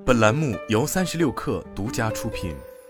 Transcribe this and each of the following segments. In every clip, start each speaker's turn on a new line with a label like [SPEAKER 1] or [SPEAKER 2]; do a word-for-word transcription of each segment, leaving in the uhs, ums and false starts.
[SPEAKER 1] 本栏目由三十六氪独家出品。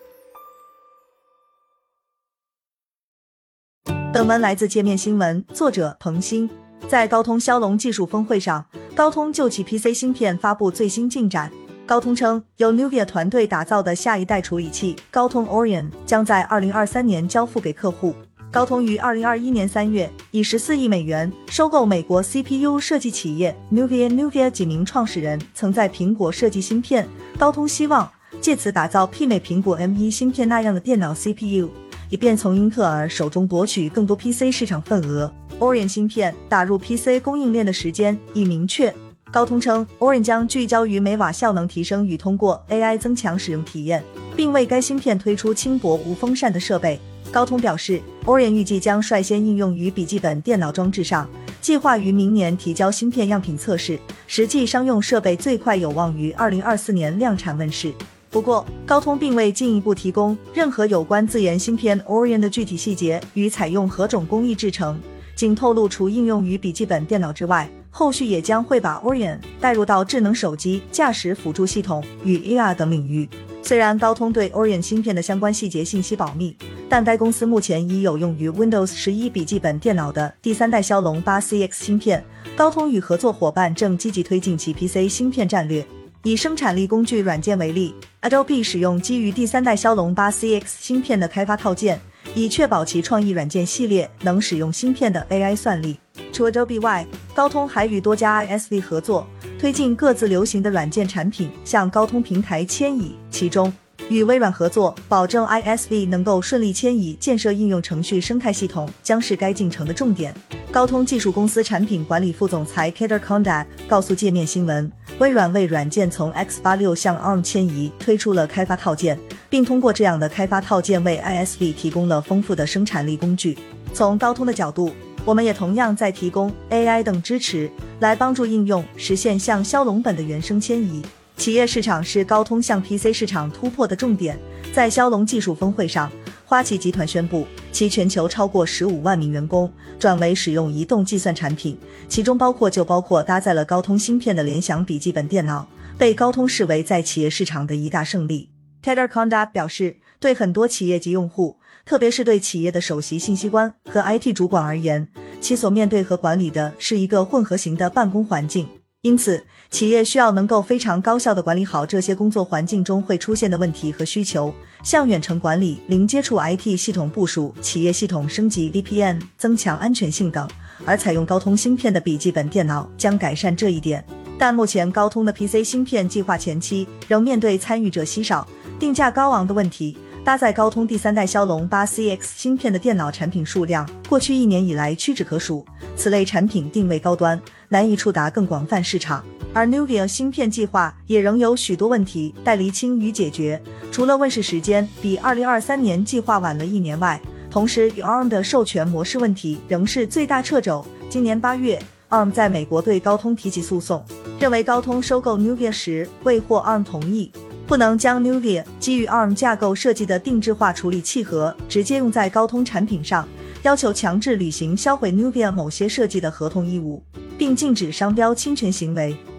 [SPEAKER 2] 本文来自界面新闻，作者彭鑫。在高通骁龙技术峰会上，高通就其 P C 芯片发布最新进展。高通称，由 Nuvia 团队打造的下一代处理器高通 Orion 将在二零二三年交付给客户。高通于二零二一年三月以十四亿美元收购美国 C P U 设计企业 Nuvia。 Nuvia 几名创始人曾在苹果设计芯片，高通希望借此打造媲美苹果 M 一 芯片那样的电脑 C P U， 以便从英特尔手中夺取更多 P C 市场份额。 Orion 芯片打入 P C 供应链的时间已明确。高通称 Orion 将聚焦于每瓦效能提升与通过 A I 增强使用体验，并为该芯片推出轻薄无风扇的设备。高通表示 Orion 预计将率先应用于笔记本电脑装置上，计划于明年提交芯片样品测试，实际商用设备最快有望于二零二四年量产问世。不过高通并未进一步提供任何有关自研芯片 Orion 的具体细节与采用何种工艺制成，仅透露除应用于笔记本电脑之外，后续也将会把 Orion 带入到智能手机、驾驶辅助系统与 A R 等领域。虽然高通对 Orion 芯片的相关细节信息保密，但该公司目前已有用于 Windows 十一笔记本电脑的第三代骁龙 八 C X 芯片。高通与合作伙伴正积极推进其 P C 芯片战略。以生产力工具软件为例， Adobe 使用基于第三代骁龙 八 C X 芯片的开发套件，以确保其创意软件系列能使用芯片的 A I 算力。除 Adobe 外，高通还与多家 I S V 合作，推进各自流行的软件产品向高通平台迁移，其中与微软合作，保证 I S V 能够顺利迁移建设应用程序生态系统，将是该进程的重点。高通技术公司产品管理副总裁 Kedar Kondab 告诉界面新闻，微软为软件从 X 八十六 向 A R M 迁移推出了开发套件，并通过这样的开发套件为 I S V 提供了丰富的生产力工具。从高通的角度，我们也同样在提供 A I 等支持，来帮助应用实现向骁龙本的原生迁移。企业市场是高通向 P C 市场突破的重点。在骁龙技术峰会上，花旗集团宣布其全球超过十五万名员工转为使用移动计算产品，其中包括就包括搭载了高通芯片的联想笔记本电脑，被高通视为在企业市场的一大胜利。 Kedar Kondab 表示，对很多企业及用户，特别是对企业的首席信息官和 I T 主管而言，其所面对和管理的是一个混合型的办公环境，因此企业需要能够非常高效地管理好这些工作环境中会出现的问题和需求，像远程管理、零接触 I T 系统部署、企业系统升级 V P N、增强安全性等，而采用高通芯片的笔记本电脑将改善这一点。但目前高通的 P C 芯片计划前期仍面对参与者稀少、定价高昂的问题。搭载高通第三代骁龙 八 C X 芯片的电脑产品数量过去一年以来屈指可数，此类产品定位高端，难以触达更广泛市场。而 Nuvia 芯片计划也仍有许多问题待厘清与解决，除了问世时间比二零二三年计划晚了一年外，同时与 A R M 的授权模式问题仍是最大掣肘。今年八月 A R M 在美国对高通提起诉讼，认为高通收购 Nuvia 时未获 A R M 同意，不能将 Nuvia 基于 A R M 架构设计的定制化处理器盒直接用在高通产品上，要求强制履行销毁 Nuvia 某些设计的合同义务，并禁止商标侵权行为。